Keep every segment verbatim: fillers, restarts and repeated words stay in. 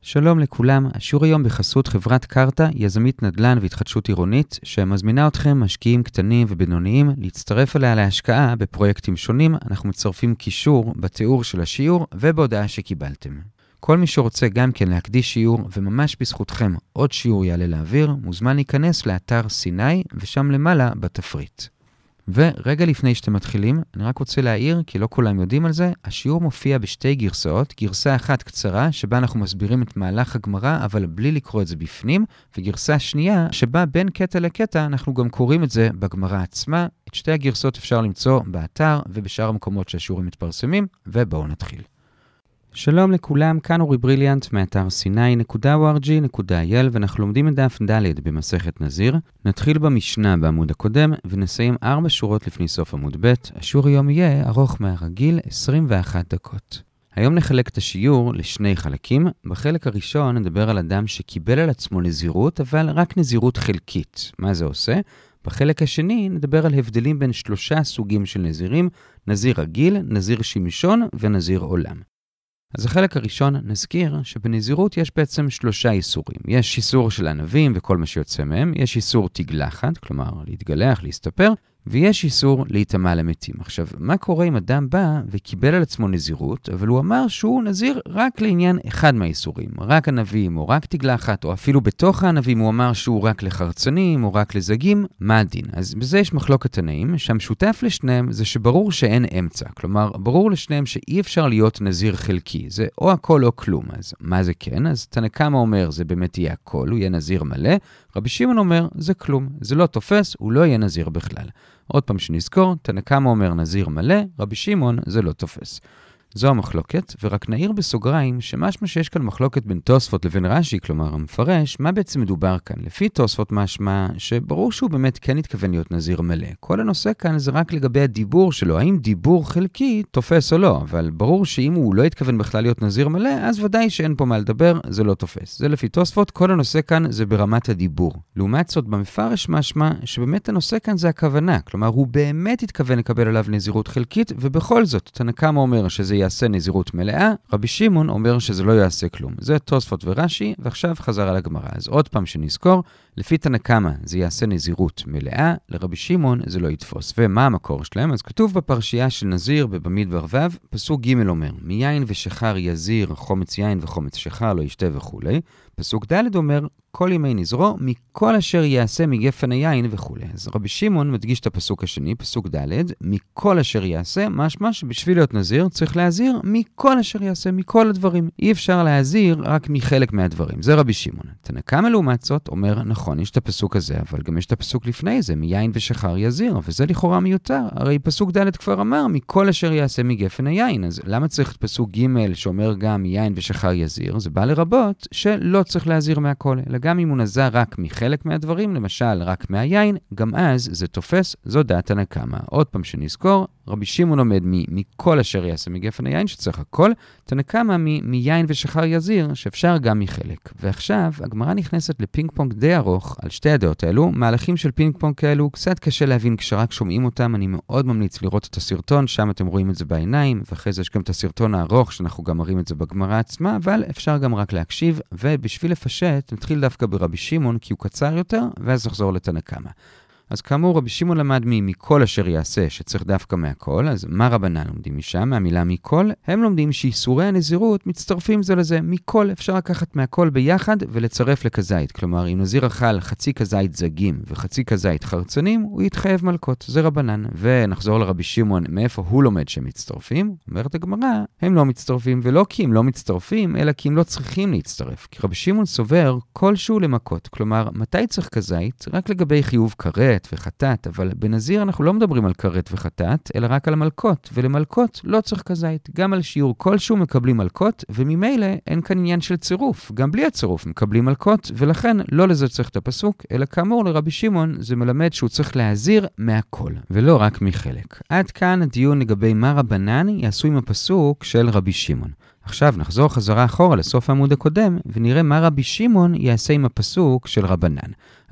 שלום לכולם, השיעור היום בחסות חברת קרטה, יזמית נדל"ן והתחדשות עירונית, שמזמינה אתכם משקיעים קטנים ובינוניים להצטרף אליה להשקעה בפרויקטים שונים. אנחנו מצרפים קישור בתיאור של השיעור ובהודעה שקיבלתם. כל מי שרוצה גם כן להקדיש שיעור, וממש בזכותכם עוד שיעור יעלה לאוויר, מוזמן להיכנס לאתר סיני ושם למעלה בתפריט. ורגע לפני שאתם מתחילים, אני רק רוצה להעיר, כי לא כולם יודעים על זה, השיעור מופיע בשתי גרסאות, גרסה אחת קצרה, שבה אנחנו מסבירים את מהלך הגמרא, אבל בלי לקרוא את זה בפנים, וגרסה שנייה, שבה בין קטע לקטע, אנחנו גם קוראים את זה בגמרא עצמה. את שתי הגרסאות אפשר למצוא באתר ובשאר המקומות שהשיעורים מתפרסמים, ובואו נתחיל. שלום לכולם, כאן אורי בריליאנט מאתר סיני נקודה או אר ג'י נקודה איי אל, ואנחנו לומדים את דף ד' במסכת נזיר. נתחיל במשנה בעמוד הקודם ונסיים ארבע שורות לפני סוף עמוד ב'. השיעור היום יהיה ארוך מהרגיל עשרים ואחת דקות. היום נחלק את השיעור לשני חלקים. בחלק הראשון נדבר על אדם שקיבל על עצמו נזירות, אבל רק נזירות חלקית. מה זה עושה? בחלק השני נדבר על הבדלים בין שלושה סוגים של נזירים, נזיר רגיל, נזיר שמשון ונזיר עולם. אז החלק הראשון נזכיר שבנזירות יש בעצם שלושה איסורים. יש איסור של ענבים וכל מה שיוצא מהם, יש איסור תגלחת, כלומר להתגלח, להסתפר, ויש איסור להיטמע למתים. עכשיו, מה קורה אם אדם בא וקיבל על עצמו נזירות, אבל הוא אמר שהוא נזיר רק לעניין אחד מהאיסורים, רק ענבים או רק תגלחת, או אפילו בתוך הענבים הוא אמר שהוא רק לחרצנים או רק לזגים, מה הדין? אז בזה יש מחלוקת תנאים, שהמשותף לשניהם זה שברור שאין אמצע, כלומר, ברור לשניהם שאי אפשר להיות נזיר חלקי, זה או הכל או כלום. אז מה זה כן? אז תנא קמא אומר זה באמת יהיה הכל, הוא יהיה נזיר מלא, רבי שמעון אומר זה כלום, זה לא תופס, הוא לא יהיה נזיר בכלל. עוד פעם שנזכור, תנא קמא אומר נזיר מלא, רבי שמעון זה לא תופס. זו המחלוקת, ורק נעיר בסוגריים שמשמע שיש כאן מחלוקת בין תוספות לבין רש"י, כלומר המפרש, מה בעצם מדובר כאן? לפי תוספות משמע שברור שהוא באמת כן התכוון להיות נזיר מלא. כל הנושא כאן זה רק לגבי הדיבור שלו, האם דיבור חלקי תופס או לא, אבל ברור שאם הוא לא התכוון בכלל להיות נזיר מלא, אז ודאי שאין פה מה לדבר, זה לא תופס. זה לפי תוספות, כל הנושא כאן זה ברמת הדיבור. לעומת זאת, במפרש משמע שבאמת הנושא כאן זה הכוונה, כלומר הוא באמת התכוון לקבל עליו נזירות חלקית, ובכל זאת, תנא קמא אומר שזה יעשה נזירות מלאה, רבי שמעון אומר שזה לא יעשה כלום. זה תוספות ורש"י, ועכשיו חזר על הגמרא. אז עוד פעם שנזכור, לפי תנא קמא זה יעשה נזירות מלאה, לרבי שמעון זה לא יתפוס. ומה המקור שלהם? אז כתוב בפרשייה של נזיר בבמדבר ו', פסוק ג' אומר, מיין ושחר יזיר, חומץ יין וחומץ שחר לא ישתה וכו'. פסוק ד' אומר, כל ימי נזרו, מכל אשר יעשה מגפן היין וכו'. אז רבי שמעון מדגיש את הפסוק השני, פסוק ד', מכל אשר יעשה, משמע שבשביל להיות נזיר צריך להזיר מכל אשר יעשה, מכל הדברים. אי אפשר להזיר רק מחלק מהדברים. זה רבי שמעון. תנא קמא לעומת זאת אומר, נכון, יש את הפסוק הזה, אבל גם יש את הפסוק לפני זה, מיין ושחר יזיר, וזה לכאורה מיותר. הרי פסוק ד' כבר אמר, מכל אשר יעשה מגפן היין. אז למה צריך את פסוק ג' שאומר גם מיין ושחר יזיר? זה בא לרבות שלא צריך להזיר מהכל, אלא גם אם הוא נזר רק מחלק מהדברים, למשל רק מהיין, גם אז זה תופס, זו דעת תנא קמא. עוד פעם שנזכור, רבי שמעון עומד מכל אשר יעשה מגפן היין שצריך הכל, תנא קמא מיין ושחר יזיר שאפשר גם מחלק. ועכשיו הגמרא נכנסת לפינג פונג די ארוך על שתי הדעות האלו, מהלכים של פינג פונג כאלו קצת קשה להבין כשרק שומעים אותם, אני מאוד ממליץ לראות את הסרטון, שם אתם רואים את זה בעיניים, ואחרי זה יש גם את הסרטון הארוך שאנחנו גם מראים את זה בגמרא עצמה, אבל אפשר גם רק להקשיב, ובשביל לפשט נתחיל דווקא ברבי שמעון כי הוא קצר יותר, ואז נחזור לתנא קמא. אז כאמור, רבי שמעון למד מכל אשר יעשה, שצריך דווקא מהכל, אז מה רבנן לומדים משם, מהמילה מכל? הם לומדים שאיסורי הנזירות מצטרפים זה לזה, מכל אפשר לקחת מהכל ביחד ולצרף לכזית. כלומר, אם נזיר אכל חצי כזית זגים וחצי כזית חרצנים, הוא יתחייב מלכות, זה רבנן. ונחזור לרבי שמעון, מאיפה הוא לומד שהם מצטרפים? אומרת הגמרא, הם לא מצטרפים, ולא כי הם לא מצטרפים, אלא כי הם לא צריכים להצטרף. כי רבי שמעון סובר כלשהו למכות, כלומר, מתי צריך כזית? רק לגבי חיוב כרת וחטאת, אבל בנזיר אנחנו לא מדברים על כרת וחטאת, אלא רק על מלכות, ולמלכות לא צריך כזית. גם על שיעור כלשהו מקבלים מלכות, וממילא אין כאן עניין של צירוף. גם בלי הצירוף מקבלים מלכות, ולכן לא לזה צריך את הפסוק, אלא כאמור לרבי שמעון זה מלמד שהוא צריך להזיר מהכל, ולא רק מחלק. עד כאן הדיון לגבי מה רבנן יעשו עם הפסוק של רבי שמעון. עכשיו נחזור חזרה אחורה לסוף העמוד הקודם, ונראה מה רבי שמעון יעשה עם הפסוק של רבנן.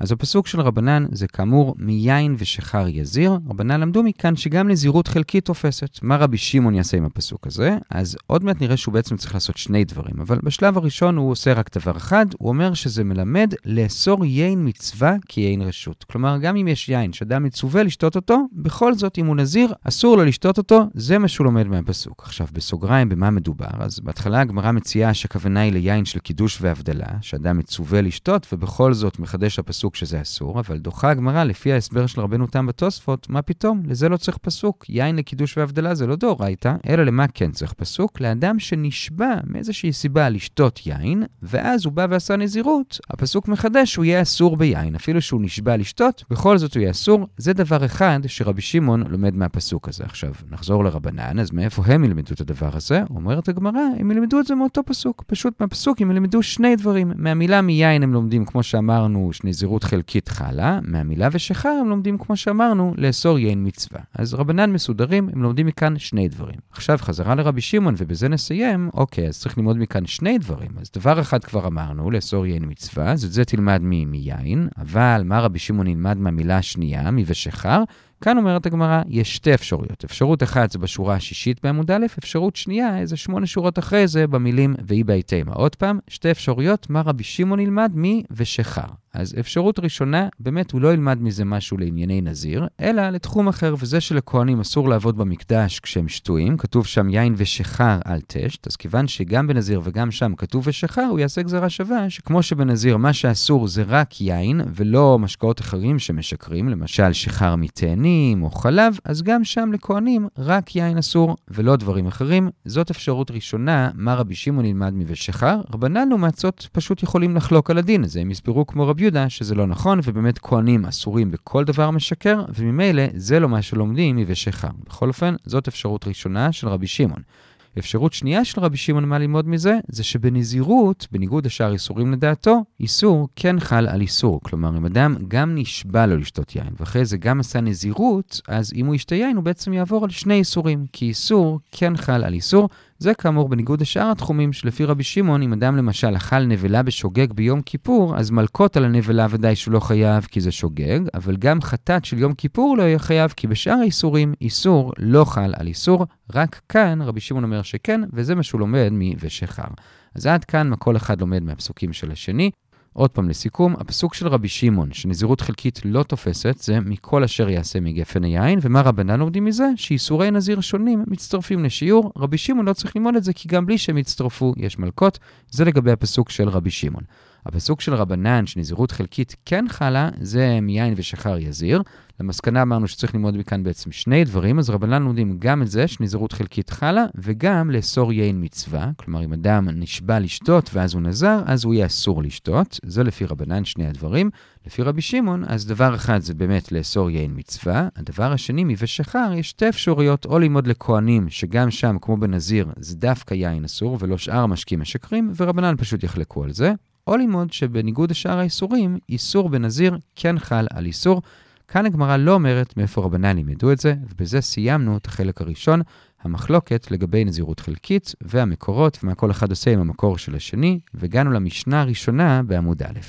אז הפסוק של רבנן זה כאמור מיין ושחר יזיר. רבנן למדו מכאן שגם נזירות חלקית תופסת. מה רבי שמעון יעשה עם הפסוק הזה? אז עוד מעט נראה שהוא בעצם צריך לעשות שני דברים, אבל בשלב הראשון הוא עושה רק דבר אחד, הוא אומר שזה מלמד לאסור יין מצווה כיין רשות. כלומר, גם אם יש יין שאדם מצווה לשתות אותו, בכל זאת אם הוא נזיר, אסור לו לשתות אותו, זה מה שהוא לומד מהפסוק. עכשיו, בסוגריים במה מדובר? אז בהתחלה הגמרא מציעה שהכוונה היא ליין של קידוש והבדלה, שאדם מצווה לשתות ובכל זאת מחדש הפסוק שזה אסור, אבל דוחה הגמרא לפי ההסבר של רבנו תם בתוספות, מה פתאום? לזה לא צריך פסוק. יין לקידוש והבדלה זה לא דאורייתא, אלא למה כן צריך פסוק? לאדם שנשבע מאיזושהי סיבה לשתות יין, ואז הוא בא ועשה נזירות, הפסוק מחדש שהוא יהיה אסור ביין, אפילו שהוא נשבע לשתות, בכל זאת הוא יהיה אסור. זה דבר אחד שרבי שמעון לומד מהפסוק הזה. עכשיו, נחזור לרבנן, אז מאיפה הם ילמדו את הדבר הזה? אומרת הגמרא, הם ילמדו את זה מאותו פסוק. פשוט מהפסוק הם ילמדו שני דברים. מהמילה מיין הם לומדים, כמו שאמרנו, שנזירות חלקית חלה, מהמילה ושחר הם לומדים, כמו שאמרנו, לאסור יין מצווה. אז רבנן מסודרים, הם לומדים מכאן שני דברים. עכשיו חזרה לרבי שמעון, ובזה נסיים. אוקיי, אז צריך ללמוד מכאן שני דברים. אז דבר אחד כבר אמרנו, לאסור יין מצווה, אז את זה תלמד מ- מיין, אבל מה רבי שמעון ילמד מהמילה השנייה, מי ושחר? כאן אומרת הגמרא, יש שתי אפשרויות. אפשרות אחת זה בשורה השישית בעמוד א', אפשרות שנייה, איזה שמונה שורות אחרי זה, במילים ואי בהיתמה. עוד פעם, שתי אפשרויות, מה רבי שמעון ילמד מי ושחר. אז אפשרות ראשונה, באמת הוא לא ילמד מזה משהו לענייני נזיר, אלא לתחום אחר, וזה שלכהנים אסור לעבוד במקדש כשהם שטויים, כתוב שם יין ושחר על תשת, אז כיוון שגם בנזיר וגם שם כתוב ושחר, הוא יעשה גזרה שווה, שכמו שבנזיר מה שאסור זה רק יין, ולא משקאות אחרים שמשקרים, למשל שחר מתאנים או חלב, אז גם שם לכהנים רק יין אסור, ולא דברים אחרים. זאת אפשרות ראשונה, מה רבי שמעון ילמד מי ושחר. רבנן לעומת זאת פשוט יכולים לחלוק על הדין הזה, הם יסבירו כמו רבי יהודה שזה לא נכון, ובאמת כהנים אסורים בכל דבר משקר, וממילא זה לא מה שלומדים מי ושחר. בכל אופן, זאת אפשרות ראשונה של רבי שמעון. אפשרות שנייה של רבי שמעון מה ללמוד מזה, זה שבנזירות, בניגוד השאר איסורים לדעתו, איסור כן חל על איסור. כלומר, אם אדם גם נשבע לו לשתות יין, ואחרי זה גם עשה נזירות, אז אם הוא ישתה יין, הוא בעצם יעבור על שני איסורים, כי איסור כן חל על איסור. זה כאמור בניגוד לשאר התחומים שלפי רבי שמעון, אם אדם למשל אכל נבלה בשוגג ביום כיפור, אז מלקות על הנבלה ודאי שהוא לא חייב כי זה שוגג, אבל גם חטאת של יום כיפור לא יהיה חייב, כי בשאר האיסורים איסור לא חל על איסור. רק כאן רבי שמעון אומר שכן, וזה מה שהוא לומד מי ושחר. אז עד כאן מה כל אחד לומד מהפסוקים של השני. עוד פעם לסיכום, הפסוק של רבי שמעון, שנזירות חלקית לא תופסת, זה מכל אשר יעשה מגפן היין, ומה רבנן לומדים מזה? שאיסורי נזיר שונים מצטרפים לשיעור. רבי שמעון לא צריך ללמוד את זה, כי גם בלי שהם יצטרפו יש מלכות. זה לגבי הפסוק של רבי שמעון. הפסוק של רבנן, שנזירות חלקית כן חלה, זה מיין ושחר יזיר. למסקנה אמרנו שצריך ללמוד מכאן בעצם שני דברים, אז רבנן לומדים גם את זה, שנזירות חלקית חלה, וגם לאסור יין מצווה. כלומר, אם אדם נשבע לשתות ואז הוא נזר, אז הוא יהיה אסור לשתות. זה לפי רבנן שני הדברים. לפי רבי שמעון, אז דבר אחד זה באמת לאסור יין מצווה. הדבר השני, מי ושחר, יש שתי אפשרויות, או ללמוד לכהנים, שגם שם, כמו בנזיר, זה דווקא יין אסור, ולא שאר משקים משקרים, ורבנן פשוט יחלקו על זה. או ללמוד שבניגוד לשאר האיסורים, איסור בנזיר כן חל על איסור. כאן הגמרא לא אומרת מאיפה רבנן לימדו את זה, ובזה סיימנו את החלק הראשון, המחלוקת לגבי נזירות חלקית והמקורות, ומה כל אחד עושה עם המקור של השני, והגענו למשנה הראשונה בעמוד א'.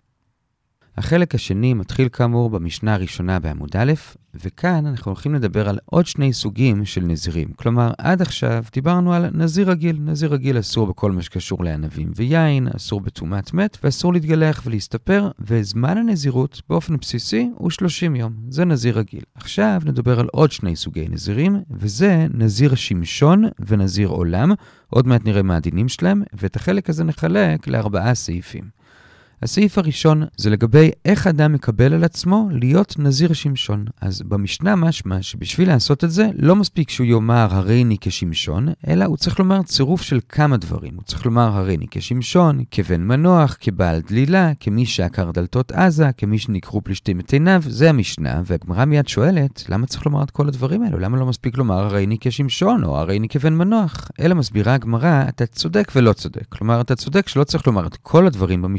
החלק השני מתחיל כאמור במשנה הראשונה בעמוד א', וכאן אנחנו הולכים לדבר על עוד שני סוגים של נזירים. כלומר, עד עכשיו דיברנו על נזיר רגיל. נזיר רגיל אסור בכל מה שקשור לענבים ויין, אסור בטומאת מת, ואסור להתגלח ולהסתפר, וזמן הנזירות באופן בסיסי הוא שלושים יום. זה נזיר רגיל. עכשיו נדבר על עוד שני סוגי נזירים, וזה נזיר שמשון ונזיר עולם. עוד מעט נראה מה הדינים שלהם, ואת החלק הזה נחלק לארבעה סעיפים. הסעיף הראשון זה לגבי איך אדם מקבל על עצמו להיות נזיר שמשון. אז במשנה משמע שבשביל לעשות את זה לא מספיק שהוא יאמר הריני כשמשון, אלא הוא צריך לומר צירוף של כמה דברים. הוא צריך לומר הריני כשמשון, כבן מנוח, כבעל דלילה, כמי שעקר דלתות עזה, כמי שנקרו פלישתים את עיניו. זה המשנה, והגמרא מיד שואלת למה צריך לומר את כל הדברים האלו? למה לא מספיק לומר הריני כשמשון או הריני כבן מנוח? אלא מסבירה הגמרא, אתה צודק ולא צודק. כלומר, אתה צודק שלא צריך לומר את כל הדברים במשנה, אבל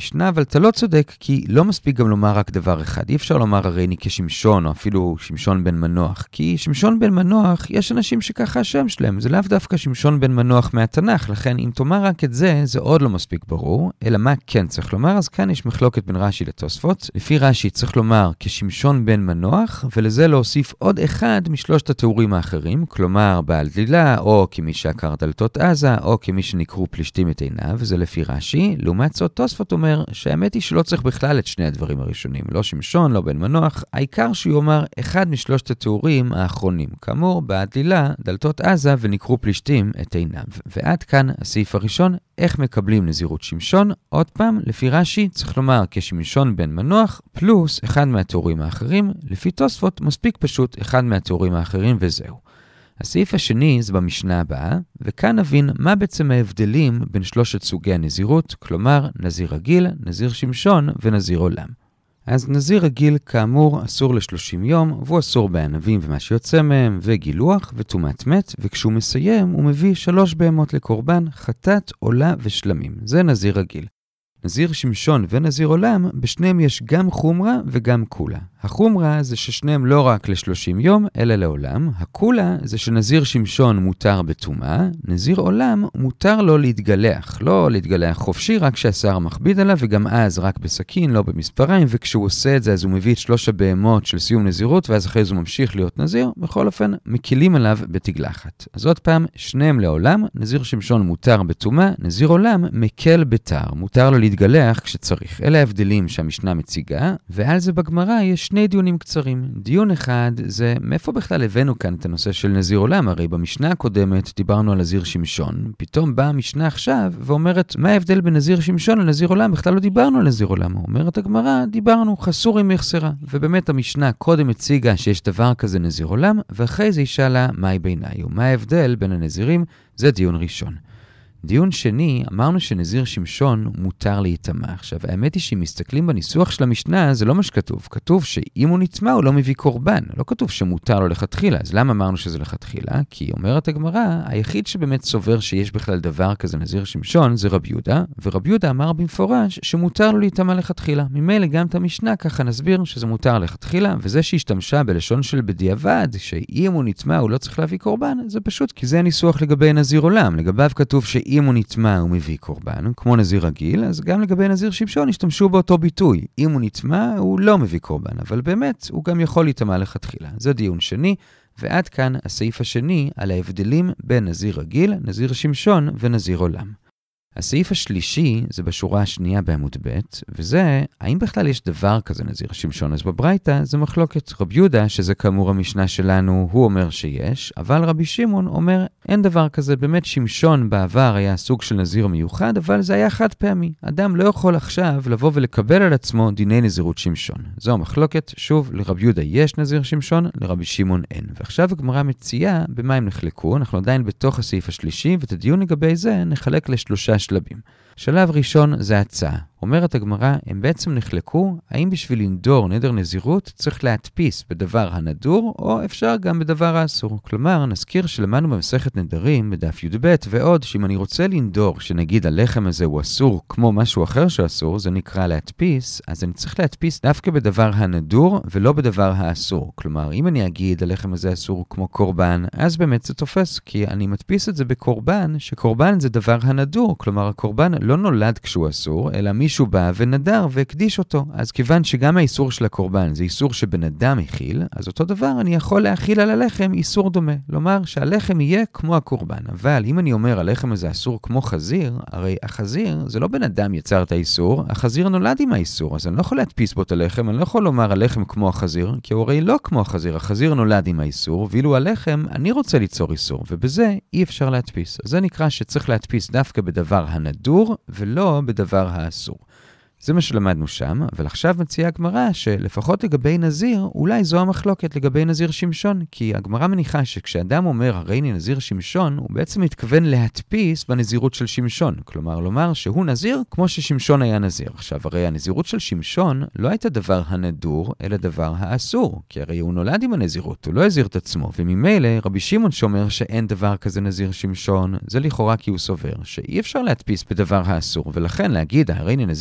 אתה לא צודק, כי לא מספיק גם לומר רק דבר אחד. אי אפשר לומר הרי אני כשמשון, או אפילו שמשון בן מנוח. כי שמשון בן מנוח, יש אנשים שככה השם שלהם. זה לאו דווקא שמשון בן מנוח מהתנ"ך. לכן, אם תאמר רק את זה, זה עוד לא מספיק ברור. אלא מה כן צריך לומר? אז כאן יש מחלוקת בין רש"י לתוספות. לפי רש"י צריך לומר כשמשון בן מנוח, ולזה להוסיף עוד אחד משלושת התיאורים האחרים. כלומר, בעל דלילה, או כמי שעקר דלתות עזה, או כמי שנקרו פלישתים את עיניו. זה לפי רש"י. לעומת זאת, תוספות אומר שהאמת היא שלא צריך בכלל את שני הדברים הראשונים. לא שמשון, לא בן מנוח. העיקר שהוא אומר אחד משלושת התיאורים האחרונים. כאמור, בעל דלילה, דלתות עזה ונקרו פלישתים את עיניו. ועד כאן הסעיף הראשון, איך מקבלים נזירות שמשון. עוד פעם, לפי רש"י צריך לומר כשמשון בן מנוח, פלוס אחד מהתיאורים האחרים. לפי תוספות מספיק פשוט אחד מהתיאורים האחרים וזהו. הסעיף השני זה במשנה הבאה, וכאן נבין מה בעצם ההבדלים בין שלושת סוגי הנזירות, כלומר נזיר רגיל, נזיר שמשון ונזיר עולם. אז נזיר רגיל כאמור אסור ל-שלושים יום, והוא אסור בענבים ומה שיוצא מהם, וגילוח וטומאת מת, וכשהוא מסיים הוא מביא שלוש בהמות לקורבן, חטאת, עולה ושלמים. זה נזיר רגיל. נזיר שמשון ונזיר עולם, בשניהם יש גם חומרה וגם קולה. החומרה זה ששניהם לא רק ל-שלושים יום, אלא לעולם. הקולה זה שנזיר שמשון מותר בטומאה, נזיר עולם מותר לו להתגלח. לא להתגלח חופשי, רק שהשיער מכביד עליו, וגם אז רק בסכין, לא במספריים, וכשהוא עושה את זה אז הוא מביא את שלוש הבהמות של סיום נזירות, ואז אחרי זה הוא ממשיך להיות נזיר. בכל אופן, מקילים עליו בתגלחת. אז עוד פעם, שניהם לעולם, נזיר שמשון מותר בטומאה, נזיר עולם מקל בתר, מותר לו להתגלח כשצריך. אלה ההבדלים שהמשנה מציגה, ועל זה בגמרא יש שני דיונים קצרים. דיון אחד זה מאיפה בכלל הבאנו כאן את הנושא של נזיר עולם. הרי במשנה הקודמת דיברנו על נזיר שמשון, פתאום באה המשנה עכשיו ואומרת מה ההבדל בין נזיר שמשון לנזיר עולם? בכלל לא דיברנו על נזיר עולם. אומרת הגמרא, דיברנו חסור עם מחסרה. ובאמת המשנה קודם הציגה שיש דבר כזה נזיר עולם, ואחרי זה היא שאלה מהי בעיניי ומה ההבדל בין הנזירים. זה דיון ראשון. דיון שני, אמרנו שנזיר שמשון מותר להיטמא. עכשיו, האמת היא שאם מסתכלים בניסוח של המשנה, זה לא מה שכתוב. כתוב שאם הוא נטמא הוא לא מביא קורבן. לא כתוב שמותר לו לכתחילה. אז למה אמרנו שזה לכתחילה? כי אומרת הגמרא, היחיד שבאמת סובר שיש בכלל דבר כזה נזיר שמשון זה רבי יהודה, ורבי יהודה אמר במפורש שמותר לו להיטמא לכתחילה. ממילא גם את המשנה ככה נסביר שזה מותר לכתחילה, וזה שהשתמשה בלשון של בדיעבד, שאם הוא נטמא הוא לא צריך להביא קורבן, זה פשוט כי זה הניסוח לגבי נזיר עולם. לגביו כתוב ש אם הוא נטמא הוא מביא קורבן, כמו נזיר רגיל, אז גם לגבי נזיר שמשון השתמשו באותו ביטוי. אם הוא נטמא הוא לא מביא קורבן, אבל באמת הוא גם יכול להיטמא לכתחילה. זה דיון שני, ועד כאן הסעיף השני על ההבדלים בין נזיר רגיל, נזיר שמשון ונזיר עולם. הסעיף השלישי זה בשורה השנייה בעמוד ב', וזה, האם בכלל יש דבר כזה נזיר שמשון? אז בברייתא זה מחלוקת. רבי יהודה, שזה כאמור המשנה שלנו, הוא אומר שיש, אבל רבי שמעון אומר אין דבר כזה. באמת שמשון בעבר היה סוג של נזיר מיוחד, אבל זה היה חד פעמי. אדם לא יכול עכשיו לבוא ולקבל על עצמו דיני נזירות שמשון. זו המחלוקת. שוב, לרבי יהודה יש נזיר שמשון, לרבי שמעון אין. ועכשיו הגמרא מציעה במה הם נחלקו. אנחנו עדיין בתוך הסעיף השלישי, ואת הדיון לגבי זה נחלק לשלושה שלבים. שלב ראשון זה הצעה. אומרת הגמרא, הם בעצם נחלקו, האם בשביל לנדור נדר נזירות צריך להדפיס בדבר הנדור, או אפשר גם בדבר האסור. כלומר, נזכיר שלמדנו במסכת נדרים, בדף י"ב ועוד, שאם אני רוצה לנדור, שנגיד הלחם הזה הוא אסור כמו משהו אחר שאסור, זה נקרא להדפיס, אז אני צריך להדפיס דווקא בדבר הנדור, ולא בדבר האסור. כלומר, אם אני אגיד הלחם הזה אסור כמו קורבן, אז באמת זה תופס, כי אני מדפיס את זה בקורבן, שקורבן זה דבר הנדור. כלומר, הקורבן לא נולד כשהוא אסור, אלא מישהו בא ונדר והקדיש אותו. אז כיוון שגם האיסור של הקורבן זה איסור שבן אדם הכיל, אז אותו דבר אני יכול להכיל על הלחם איסור דומה. לומר שהלחם יהיה כמו הקורבן. אבל אם אני אומר הלחם הזה אסור כמו חזיר, הרי החזיר זה לא בן אדם יצר את האיסור, החזיר נולד עם האיסור, אז אני לא יכול להדפיס בו את הלחם, אני לא יכול לומר הלחם כמו החזיר, כי הוא הרי לא כמו החזיר, החזיר נולד עם האיסור, ואילו הלחם אני רוצה ליצור איסור, ובזה אי אפשר להדפיס. אז זה נקרא שצריך להדפיס דווקא בדבר הנדור, ולא בדבר האסור. זה מה שלמדנו שם, אבל עכשיו מציעה הגמרא שלפחות לגבי נזיר, אולי זו המחלוקת לגבי נזיר שמשון, כי הגמרא מניחה שכשאדם אומר הרי אני נזיר שמשון, הוא בעצם מתכוון להדפיס בנזירות של שמשון, כלומר לומר שהוא נזיר כמו ששמשון היה נזיר. עכשיו הרי הנזירות של שמשון לא הייתה דבר הנדור, אלא דבר האסור, כי הרי הוא נולד עם הנזירות, הוא לא הזיר את עצמו, וממילא רבי שמעון שאומר שאין דבר כזה נזיר שמשון, זה לכאורה כי הוא סובר שאי אפשר להדפיס בדבר האסור, ולכן להגיד הרי אני נזיר כמו שמשון,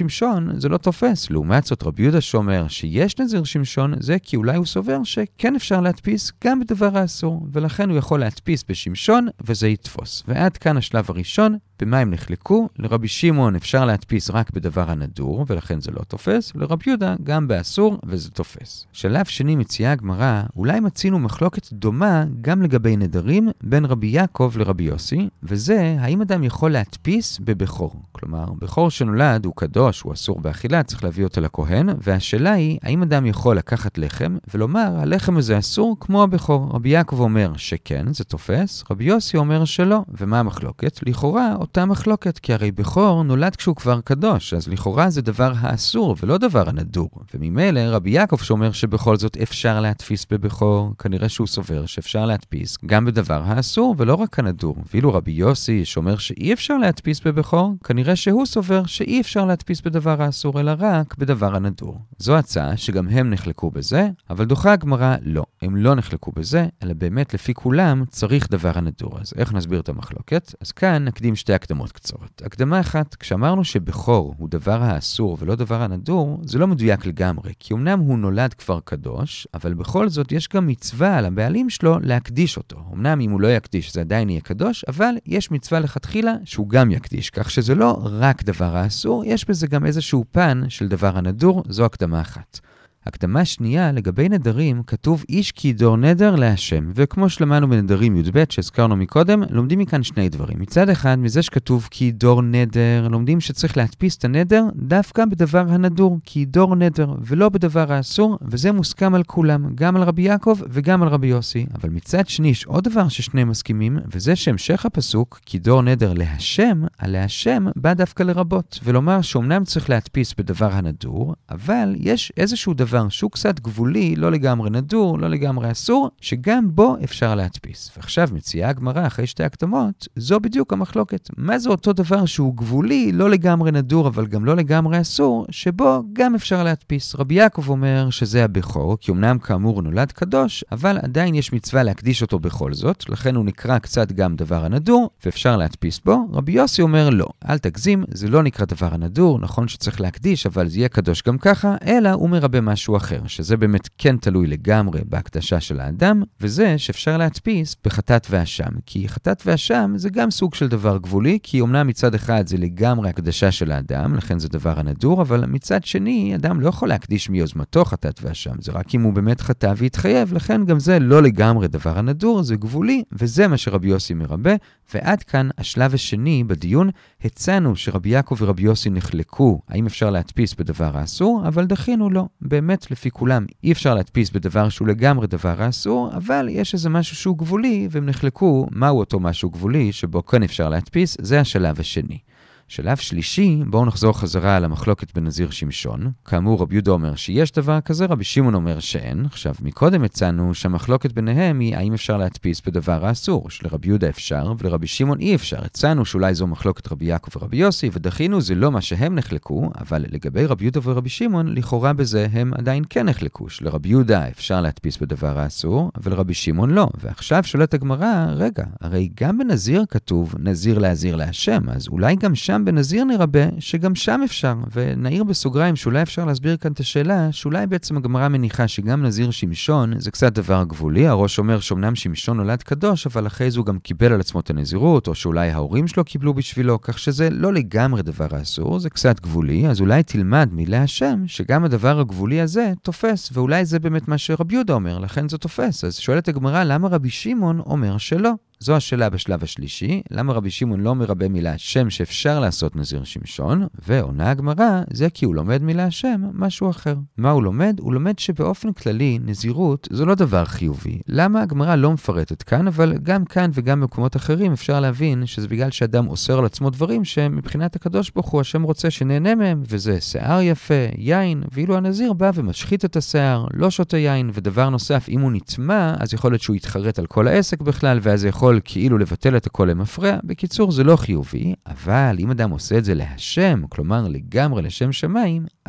שמשון זה לא תופס. לעומת זאת רבי יהודה שאומר שיש נזיר שמשון, זה כי אולי הוא סובר שכן אפשר להדפיס גם בדבר האסור, ולכן הוא יכול להדפיס בשמשון וזה יתפוס. ועד כאן השלב הראשון. במה הם נחלקו? לרבי שמעון אפשר להדפיס רק בדבר הנדור, ולכן זה לא תופס. לרבי יהודה גם באסור, וזה תופס. שלב שני מציעה הגמרא, אולי מצינו מחלוקת דומה גם לגבי נדרים בין רבי יעקב לרבי יוסי, וזה האם אדם יכול להדפיס בבכור. כלומר, בכור שנולד הוא קדוש, הוא אסור באכילה, צריך להביא אותו לכהן, והשאלה היא, האם אדם יכול לקחת לחם ולומר, הלחם הזה אסור כמו הבכור. רבי יעקב אומר שכן, זה תופס, רבי יוסי אומר שלא. ומה המחלוקת? לכאורה אותה מחלוקת, כי הרי בכור נולד כשהוא כבר קדוש, אז לכאורה זה דבר האסור ולא דבר הנדור. וממילא רבי יעקב שאומר שבכל זאת אפשר להדפיס בבכור, כנראה שהוא סובר שאפשר להדפיס גם בדבר האסור ולא רק הנדור. ואילו רבי יוסי שאומר שאי אפשר להדפיס בבכור, כנראה שהוא סובר שאי אפשר להדפיס בדבר האסור אלא רק בדבר הנדור. זו הצעה שגם הם נחלקו בזה, אבל דוחה הגמרא לא. הם לא נחלקו בזה, אלא באמת לפי כולם צריך דבר הנדור. אז איך נסביר את המחלוקת? אז כאן נקדים שתי הקדמות קצרות. הקדמה אחת, כשאמרנו שבכור הוא דבר האסור ולא דבר הנדור, זה לא מדויק לגמרי, כי אמנם הוא נולד כבר קדוש, אבל בכל זאת יש גם מצווה על הבעלים שלו להקדיש אותו. אמנם אם הוא לא יקדיש זה עדיין יהיה קדוש, אבל יש מצווה לכתחילה שהוא גם יקדיש, כך שזה לא רק דבר האסור, יש בזה גם איזשהו פן של דבר הנדור, זו הקדמה אחת. הקדמה שנייה, לגבי נדרים, כתוב איש כי ידור נדר להשם, וכמו שלמדנו בנדרים י' ב' שהזכרנו מקודם, לומדים מכאן שני דברים. מצד אחד, מזה שכתוב כי ידור נדר, לומדים שצריך להדפיס את הנדר דווקא בדבר הנדור, כי ידור נדר, ולא בדבר האסור, וזה מוסכם על כולם, גם על רבי יעקב וגם על רבי יוסי. אבל מצד שני, יש עוד דבר ששני מסכימים, וזה שהמשך הפסוק, כי ידור נדר להשם, על להשם בא דווקא לרבות, ולומר שאומנם צריך להדפיס בדבר הנדור, אבל יש איזשהו דבר דבר שהוא קצת גבולי, לא לגמרי נדור, לא לגמרי אסור, שגם בו אפשר להדפיס. ועכשיו מציעה הגמרא אחרי שתי הקדמות, זו בדיוק המחלוקת. מה זה אותו דבר שהוא גבולי, לא לגמרי נדור, אבל גם לא לגמרי אסור, שבו גם אפשר להדפיס. רבי יעקב אומר שזה הבכור, כי אמנם כאמור הוא נולד קדוש, אבל עדיין יש מצווה להקדיש אותו בכל זאת, לכן הוא נקרא קצת גם דבר הנדור, ואפשר להדפיס בו. רבי יוסי אומר לא, אל תגזים, זה לא נקרא דבר הנדור, נכון שצריך להקדיש, אבל זה יהיה קדוש גם ככה, אלא הוא מרבה משהו אחר, שזה באמת כן תלוי לגמרי בהקדשה של האדם, וזה שאפשר להדפיס בחטאת ואשם, כי חטאת ואשם זה גם סוג של דבר גבולי, כי אומנם מצד אחד זה לגמרי הקדשה של האדם, לכן זה דבר הנדור, אבל מצד שני, אדם לא יכול להקדיש מיוזמתו חטאת ואשם, זה רק אם הוא באמת חטא והתחייב, לכן גם זה לא לגמרי דבר הנדור, זה גבולי, וזה מה שרבי יוסי מרבה, ועד כאן השלב השני בדיון, הצענו שרבי יעקב ורבי יוסי נחלקו, האם אפשר להדפיס בדבר האסור, אבל דחינו לא. באמת לפי כולם אי אפשר להדפיס בדבר שהוא לגמרי דבר האסור, אבל יש איזה משהו שהוא גבולי, והם נחלקו מהו אותו משהו גבולי שבו כן אפשר להדפיס, זה השלב השני. שלב שלישי, בואו נחזור חזרה על המחלוקת בנזיר שמשון. כאמור, רבי יהודה אומר שיש דבר כזה, רבי שמעון אומר שאין. עכשיו, מקודם הצענו שהמחלוקת ביניהם היא האם אפשר להדפיס בדבר האסור. שלרבי יהודה אפשר ולרבי שמעון אי אפשר. הצענו שאולי זו מחלוקת רבי יעקב ורבי יוסי, ודחינו זה לא מה שהם נחלקו, אבל לגבי רבי יהודה ורבי שמעון, לכאורה בזה הם עדיין כן נחלקו. שלרבי יהודה אפשר להדפיס בדבר האסור, אבל רבי שמעון לא. ועכשיו שואלת הגמרא, רגע, הרי גם בנזיר כתוב נזיר להזיר להשם, אז אולי גם שם בנזיר נרבה שגם שם אפשר, ונעיר בסוגריים שאולי אפשר להסביר כאן את השאלה, שאולי בעצם הגמרא מניחה שגם נזיר שמשון זה קצת דבר גבולי, הראש אומר שאומנם שמשון נולד קדוש, אבל אחרי זה הוא גם קיבל על עצמו את הנזירות, או שאולי ההורים שלו קיבלו בשבילו, כך שזה לא לגמרי דבר האסור, זה קצת גבולי, אז אולי תלמד מילה השם, שגם הדבר הגבולי הזה תופס, ואולי זה באמת מה שרבי יהודה אומר, לכן זה תופס. אז שואלת הגמרא, למה רבי שמעון אומר שלא? זו השאלה בשלב השלישי, למה רבי שמעון לא מרבה מילה השם שאפשר לעשות נזיר שמשון, ועונה הגמרא, זה כי הוא לומד מילה השם משהו אחר. מה הוא לומד? הוא לומד שבאופן כללי נזירות זה לא דבר חיובי. למה הגמרא לא מפרטת כאן, אבל גם כאן וגם במקומות אחרים אפשר להבין שזה בגלל שאדם אוסר על עצמו דברים שמבחינת הקדוש ברוך הוא השם רוצה שנהנה מהם, וזה שיער יפה, יין, ואילו הנזיר בא ומשחית את השיער, לא שותה יין, ודבר נוסף, אם הוא נטמע, אז יכול להיות שהוא יתחרט על כל העסק בכלל, ואז יכול כאילו לבטל את הכל למפרע. בקיצור, זה לא חיובי, אבל אם אדם עושה את זה להשם, כלומר לגמרי לשם שמיים,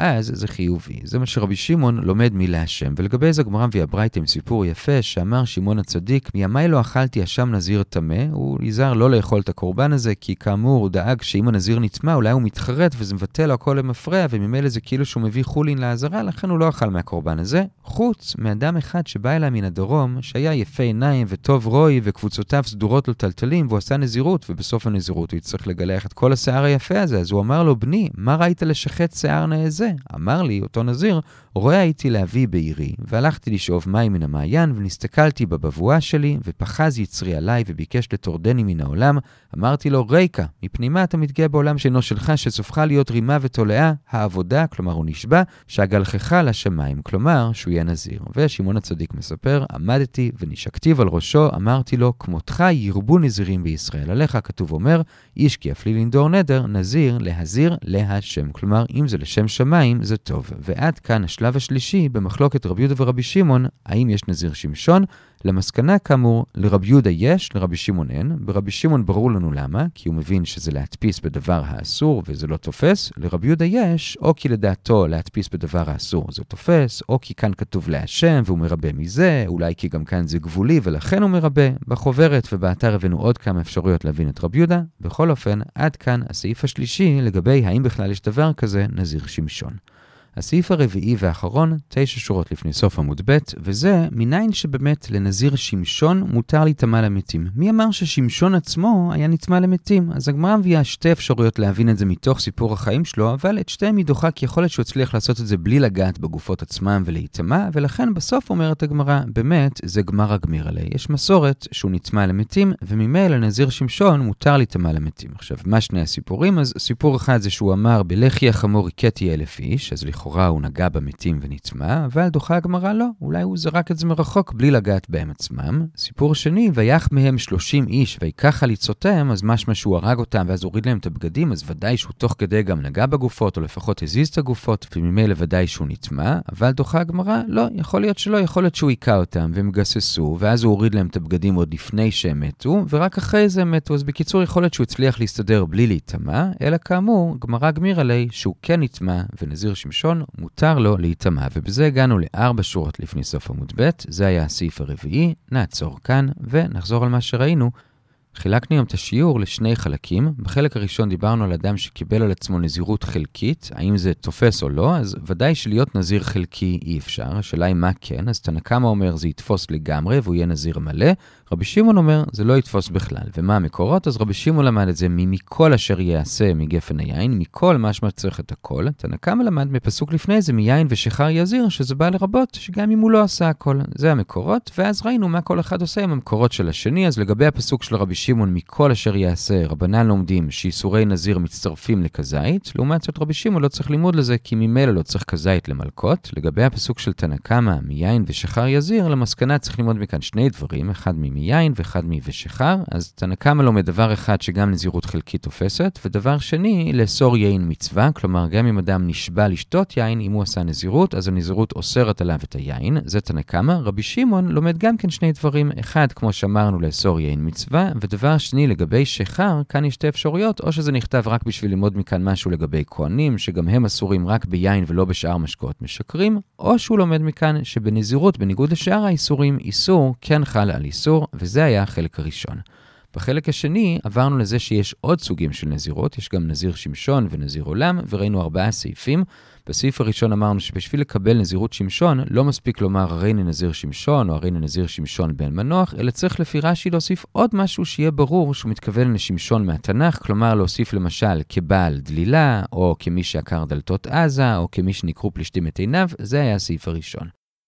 אז זה חיובי. זה מה שרבי שמעון לומד מלהשם. ולגבי זה הגמרא מביאה ברייתא עם סיפור יפה, שאמר שמעון הצדיק, מימי לא אכלתי אשם נזיר טמא, הוא נזהר לא לאכול את הקורבן הזה, כי כאמור הוא דאג שאם הנזיר נטמא, אולי הוא מתחרט וזה מבטל לו הכל למפרע, וממילא זה כאילו שהוא מביא חולין לעזרה, לכן הוא לא אכל מהקורבן הזה, חוץ מאדם אחד שבא אליי מן הדרום, שהיה יפה עיניים וטוב רוי, וקבוצותיו סדורות לו טלטלים, והוא עשה נזירות, ובסוף הנזירות הוא יצטרך לגלח את כל השיער היפה הזה. אז הוא אמר לו, בני, מה ראית לשחט שיער נעזה? אמר לי, אותו נזיר, רואה הייתי להביא בעירי, והלכתי לשאוב מים מן המעיין, ונסתכלתי בבבואה שלי, ופחז יצרי עליי, וביקש לטורדני מן העולם. אמרתי לו, ריקה, מפנימה אתה מתגאה בעולם שאינו שלך, שסופך להיות רימה ותולעה, העבודה, כלומר הוא נשבע, שהגלחך לשמיים, כלומר שהוא יהיה נזיר. ושמעון הצדיק מספר, עמדתי ונשקתיו על ראשו, אמרתי לו, כמותך ירבו נזירים בישראל. עליך כתוב אומר, איש כי אפלי לנדור נדר, נזיר, להזיר, להשם. כלומר, אם זה לשם שמיים, זה טוב. ועד כאן השלב השלישי, במחלוקת רבי יהודה ורבי שמעון, האם יש נזיר שמשון? למסקנה כאמור, לרבי יהודה יש, לרבי שמעון אין. ברבי שמעון ברור לנו למה, כי הוא מבין שזה להדפיס בדבר האסור וזה לא תופס. לרבי יהודה יש, או כי לדעתו להדפיס בדבר האסור זה תופס, או כי כאן כתוב להשם והוא מרבה מזה, אולי כי גם כאן זה גבולי ולכן הוא מרבה. בחוברת ובאתר הבאנו עוד כמה אפשרויות להבין את רבי יהודה. בכל אופן, עד כאן הסעיף השלישי לגבי האם בכלל יש דבר כזה נזיר שמשון. הסעיף הרביעי והאחרון, תשע שורות לפני סוף עמוד ב', וזה מניין שבאמת לנזיר שמשון מותר להיטמא למתים. מי אמר ששמשון עצמו היה נטמא למתים? אז הגמרא מביאה שתי אפשרויות להבין את זה מתוך סיפור החיים שלו, אבל את שתיהם היא דוחה כי יכול להיות שהוא הצליח לעשות את זה בלי לגעת בגופות עצמם ולהיטמא, ולכן בסוף אומרת הגמרא, באמת זה גמר הגמיר עלי. יש מסורת שהוא נטמא למתים, וממילא לנזיר שמשון מותר להיטמא למתים. עכשיו, מה שני הסיפורים? אז סיפור אחד זה שהוא אמר בלחי החמור הכיתי אלף איש, אז לכאורה הוא נגע במתים ונטמא, אבל דוחה הגמרא לא, אולי הוא זרק את זה מרחוק בלי לגעת בהם עצמם. סיפור שני, ויח מהם שלושים איש ויקח חליצותיהם, אז משמע שהוא הרג אותם ואז הוריד להם את הבגדים, אז ודאי שהוא תוך כדי גם נגע בגופות, או לפחות הזיז את הגופות, וממילא ודאי שהוא נטמא, אבל דוחה הגמרא לא, יכול להיות שלא, יכול להיות שהוא היקע אותם והם גססו, ואז הוא הוריד להם את הבגדים עוד לפני שהם מתו, ורק אחרי זה הם מתו. אז בקיצור יכול להיות שהוא הצליח להסתדר בלי להיטמא, אלא כאמור, גמרא גמיר עלי שהוא כן נטמא ונזיר שמשון מותר לו להיטמא, ובזה הגענו לארבע שורות לפני סוף עמוד ב'. זה היה הסעיף הרביעי. נעצור כאן ונחזור על מה שראינו. חילקנו היום את השיעור לשני חלקים. בחלק הראשון דיברנו על אדם שקיבל על עצמו נזירות חלקית, האם זה תופס או לא, אז ודאי שלהיות נזיר חלקי אי אפשר. השאלה היא מה כן, אז תנא קמא אומר זה יתפוס לגמרי והוא יהיה נזיר מלא. רבי שמעון אומר זה לא יתפוס בכלל. ומה המקורות? אז רבי שמעון למד את זה ממכל אשר יעשה מגפן היין, מכל משמע צריך את הכל. תנא קמא למד מפסוק לפני זה מיין ושחר יזיר, שזה בא לרבות שגם אם הוא לא עשה הכל. זה המקורות, ואז ראינו מה כל אחד עושה עם המקורות של השני. אז לגבי הפסוק של רבי שמעון מכל אשר יעשה, רבנן לומדים שאיסורי נזיר מצטרפים לכזית, לעומת זאת רבי שמעון לא צריך לימוד לזה כי ממילא לא צריך כזית למלכות. לגבי הפסוק של תנא קמא מיין ושחר יזיר, למסקנה צריך ללמוד מכאן שני דברים, אחד מיין ואחד מושחר. אז תנא קמא לומד דבר אחד שגם נזירות חלקית תופסת, ודבר שני לאסור יין מצווה, כלומר גם אם אדם נשבע לשתות יין, אם הוא עשה נזירות, אז הנזירות אוסרת עליו את היין. זה תנא קמא. רבי שמעון לומד גם כן שני דברים, אחד כמו שאמרנו לאסור יין מצווה, ודבר שני לגבי שחר, כאן יש שתי אפשרויות, או שזה נכתב רק בשביל ללמוד מכאן משהו לגבי כהנים, שגם הם אסורים רק ביין ולא בשאר משקאות משקרים, או שהוא לומד מכאן שבנזירות, בניגוד לשאר האיסורים, איסור כן חל על איסור, וזה היה החלק הראשון. בחלק השני עברנו לזה שיש עוד סוגים של נזירות, יש גם נזיר שמשון ונזיר עולם, וראינו ארבעה סעיפים. בסעיף הראשון אמרנו שבשביל לקבל נזירות שמשון, לא מספיק לומר הריני נזיר שמשון או הריני נזיר שמשון בן מנוח, אלא צריך לפי רש"י להוסיף עוד משהו שיהיה ברור שהוא מתכוון לשמשון מהתנ"ך, כלומר להוסיף למשל כבעל דלילה, או כמי שעקר דלתות עזה, או כמי שנקרו פלישתים את עיניו. זה היה הסעיף הראשון.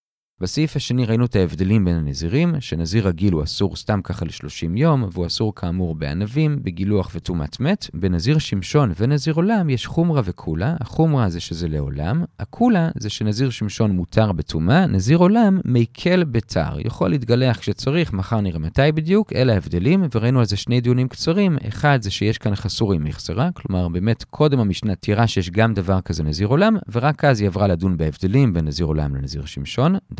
בסעיף השני ראינו את ההבדלים בין הנזירים, שנזיר רגיל הוא אסור סתם ככה ל-שלושים יום, והוא אסור כאמור בענבים, בגילוח וטומאת מת. בנזיר שמשון ונזיר עולם יש חומרה וקולה. החומרה זה שזה לעולם, הקולה זה שנזיר שמשון מותר בטומאה, נזיר עולם מקל בתר, יכול להתגלח כשצריך, מחר נראה מתי בדיוק. אלה ההבדלים, וראינו על זה שני דיונים קצרים. אחד זה שיש כאן חסורים מחסרה, כלומר באמת קודם המשנה תירה שיש גם דבר כזה נזיר עולם, ורק אז היא עברה לדון בהבדלים בין נזיר עולם לנזיר שמשון.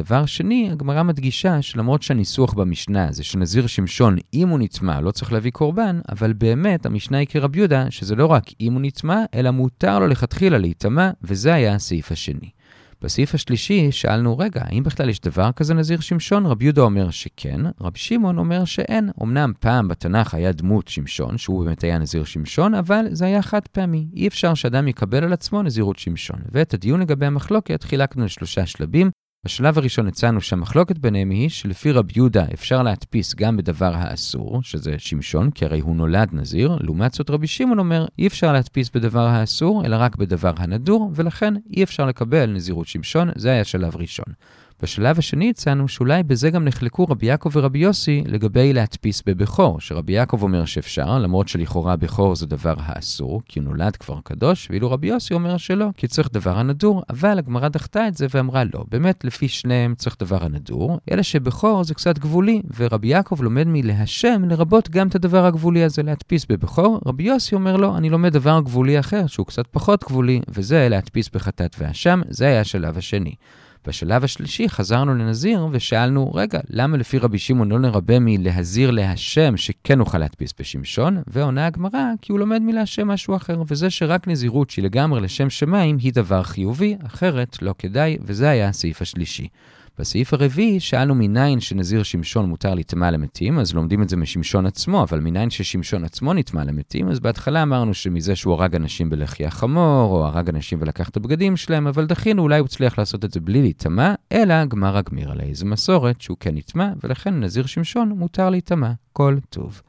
דבר שני, הגמרא מדגישה שלמרות שהניסוח במשנה זה שנזיר שמשון אם הוא נטמא לא צריך להביא קורבן, אבל באמת המשנה היא כרבי יהודה שזה לא רק אם הוא נטמא, אלא מותר לו לכתחילה להיטמא, וזה היה הסעיף השני. בסעיף השלישי שאלנו, רגע, האם בכלל יש דבר כזה נזיר שמשון? רבי יהודה אומר שכן, רבי שמעון אומר שאין. אמנם פעם בתנ"ך היה דמות שמשון, שהוא באמת היה נזיר שמשון, אבל זה היה חד פעמי. אי אפשר שאדם יקבל על עצמו נזירות שמשון. ואת הדיון לגבי המחלוקת חילקנו לשלושה שלבים. בשלב הראשון הצענו שהמחלוקת ביניהם היא שלפי רבי יהודה אפשר להדפיס גם בדבר האסור, שזה שמשון, כי הרי הוא נולד נזיר. לעומת זאת רבי שמעון אומר, אי אפשר להדפיס בדבר האסור, אלא רק בדבר הנדור, ולכן אי אפשר לקבל נזירות שמשון. זה היה שלב ראשון. בשלב השני הצענו שאולי בזה גם נחלקו רבי יעקב ורבי יוסי לגבי להדפיס בבכור, שרבי יעקב אומר שאפשר, למרות שלכאורה בכור זה דבר האסור, כי הוא נולד כבר קדוש, ואילו רבי יוסי אומר שלא, כי צריך דבר הנדור, אבל הגמרא דחתה את זה ואמרה לא, באמת לפי שניהם צריך דבר הנדור, אלא שבכור זה קצת גבולי, ורבי יעקב לומד מלהשם לרבות גם את הדבר הגבולי הזה להדפיס בבכור, רבי יוסי אומר לו, אני לומד דבר גבולי אחר, שהוא קצת פחות גבולי, וזה להדפיס בחטאת והשם, זה היה השלב השני. בשלב השלישי חזרנו לנזיר ושאלנו, רגע, למה לפי רבי שמעון לא נרבה מלהזיר להשם שכן נוכל להדפיס בשמשון? ועונה הגמרא, כי הוא לומד מלהשם משהו אחר, וזה שרק נזירות שהיא לגמרי לשם שמיים היא דבר חיובי, אחרת לא כדאי, וזה היה הסעיף השלישי. בסעיף הרביעי שאלנו מניין שנזיר שמשון מותר להיטמא למתים, אז לומדים את זה משמשון עצמו, אבל מניין ששמשון עצמו נטמא למתים, אז בהתחלה אמרנו שמזה שהוא הרג אנשים בלחי החמור, או הרג אנשים ולקח את הבגדים שלהם, אבל דחינו אולי הוא הצליח לעשות את זה בלי להיטמא, אלא גמרא גמיר עלי. זו מסורת שהוא כן נטמא, ולכן נזיר שמשון מותר להיטמא. כל טוב.